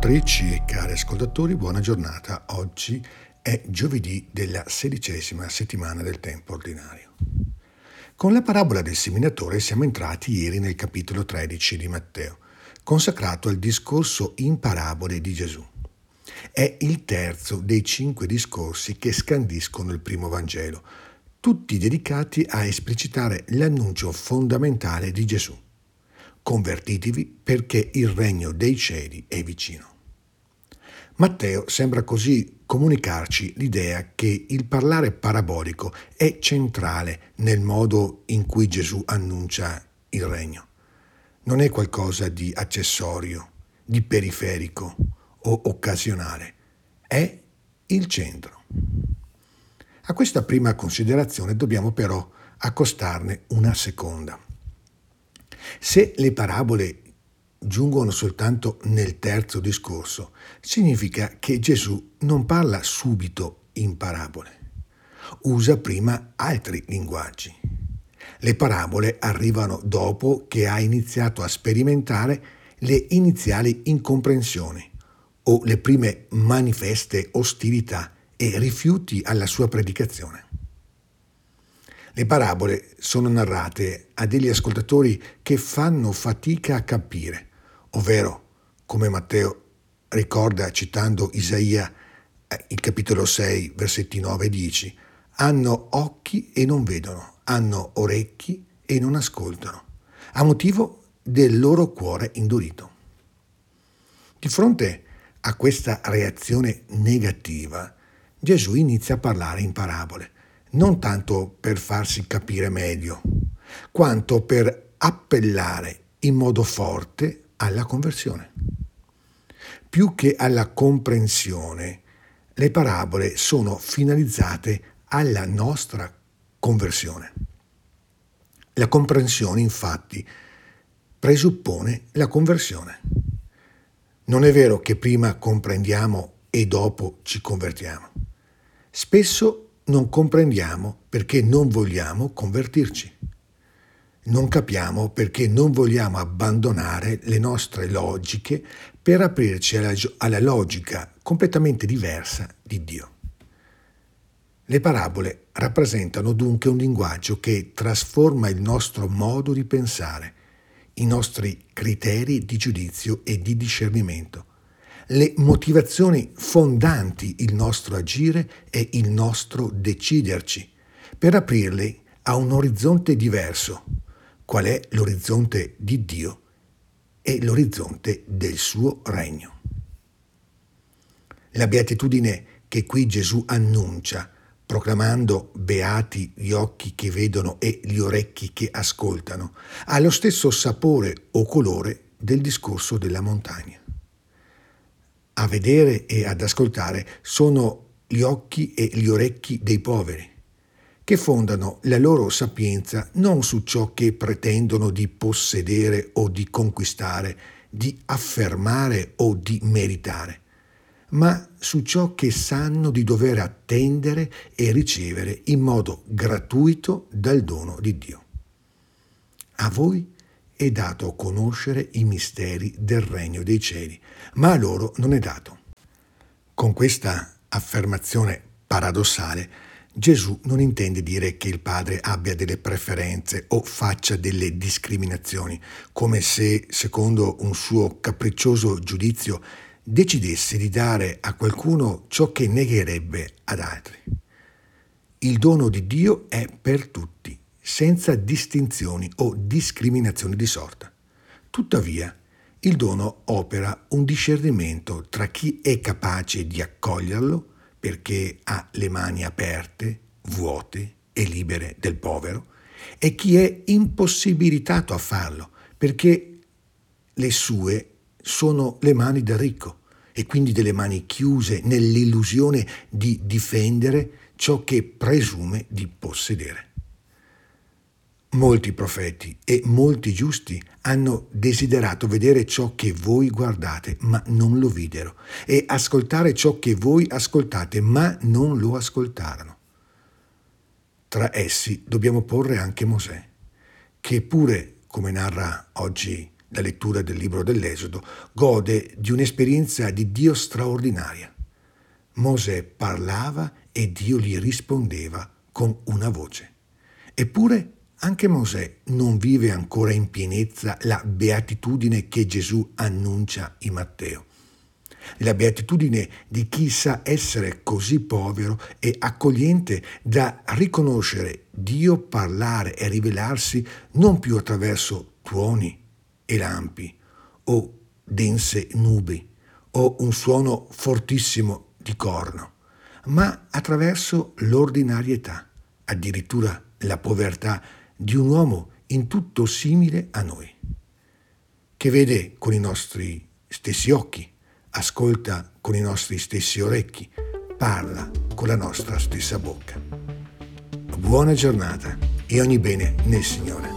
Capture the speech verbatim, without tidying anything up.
ascoltatrici e cari ascoltatori, buona giornata. Oggi è giovedì della sedicesima settimana del tempo ordinario. Con la parabola del seminatore siamo entrati ieri nel capitolo tredici di Matteo, consacrato al discorso in parabole di Gesù. È il terzo dei cinque discorsi che scandiscono il primo Vangelo, tutti dedicati a esplicitare l'annuncio fondamentale di Gesù. Convertitevi perché il regno dei cieli è vicino. Matteo sembra così comunicarci l'idea che il parlare parabolico è centrale nel modo in cui Gesù annuncia il regno. Non è qualcosa di accessorio, di periferico o occasionale, è il centro. A questa prima considerazione dobbiamo però accostarne una seconda. Se le parabole giungono soltanto nel terzo discorso, significa che Gesù non parla subito in parabole. Usa prima altri linguaggi. Le parabole arrivano dopo che ha iniziato a sperimentare le iniziali incomprensioni o le prime manifeste ostilità e rifiuti alla sua predicazione. Le parabole sono narrate a degli ascoltatori che fanno fatica a capire, ovvero, come Matteo ricorda citando Isaia, il capitolo sei, versetti nove e dieci, hanno occhi e non vedono, hanno orecchi e non ascoltano, a motivo del loro cuore indurito. Di fronte a questa reazione negativa, Gesù inizia a parlare in parabole, non tanto per farsi capire meglio, quanto per appellare in modo forte alla conversione. Più che alla comprensione, le parabole sono finalizzate alla nostra conversione. La comprensione, infatti, presuppone la conversione. Non è vero che prima comprendiamo e dopo ci convertiamo. Spesso non comprendiamo perché non vogliamo convertirci. Non capiamo perché non vogliamo abbandonare le nostre logiche per aprirci alla, alla logica completamente diversa di Dio. Le parabole rappresentano dunque un linguaggio che trasforma il nostro modo di pensare, i nostri criteri di giudizio e di discernimento, le motivazioni fondanti il nostro agire e il nostro deciderci, per aprirle a un orizzonte diverso, qual è l'orizzonte di Dio e l'orizzonte del suo regno. La beatitudine che qui Gesù annuncia, proclamando beati gli occhi che vedono e gli orecchi che ascoltano, ha lo stesso sapore o colore del discorso della montagna. A vedere e ad ascoltare sono gli occhi e gli orecchi dei poveri, che fondano la loro sapienza non su ciò che pretendono di possedere o di conquistare, di affermare o di meritare, ma su ciò che sanno di dover attendere e ricevere in modo gratuito dal dono di Dio. A voi è dato conoscere i misteri del regno dei cieli, ma a loro non è dato. Con questa affermazione paradossale, Gesù non intende dire che il Padre abbia delle preferenze o faccia delle discriminazioni, come se, secondo un suo capriccioso giudizio, decidesse di dare a qualcuno ciò che negherebbe ad altri. Il dono di Dio è per tutti, senza distinzioni o discriminazioni di sorta. Tuttavia, il dono opera un discernimento tra chi è capace di accoglierlo perché ha le mani aperte, vuote e libere del povero, e chi è impossibilitato a farlo perché le sue sono le mani del ricco e quindi delle mani chiuse nell'illusione di difendere ciò che presume di possedere. Molti profeti e molti giusti hanno desiderato vedere ciò che voi guardate, ma non lo videro, e ascoltare ciò che voi ascoltate, ma non lo ascoltarono. Tra essi dobbiamo porre anche Mosè, che pure, come narra oggi la lettura del libro dell'Esodo, gode di un'esperienza di Dio straordinaria. Mosè parlava e Dio gli rispondeva con una voce. Eppure anche Mosè non vive ancora in pienezza la beatitudine che Gesù annuncia in Matteo. La beatitudine di chi sa essere così povero e accogliente da riconoscere Dio parlare e rivelarsi non più attraverso tuoni e lampi o dense nubi o un suono fortissimo di corno, ma attraverso l'ordinarietà, addirittura la povertà di un uomo in tutto simile a noi, che vede con i nostri stessi occhi, ascolta con i nostri stessi orecchi, parla con la nostra stessa bocca. Buona giornata e ogni bene nel Signore.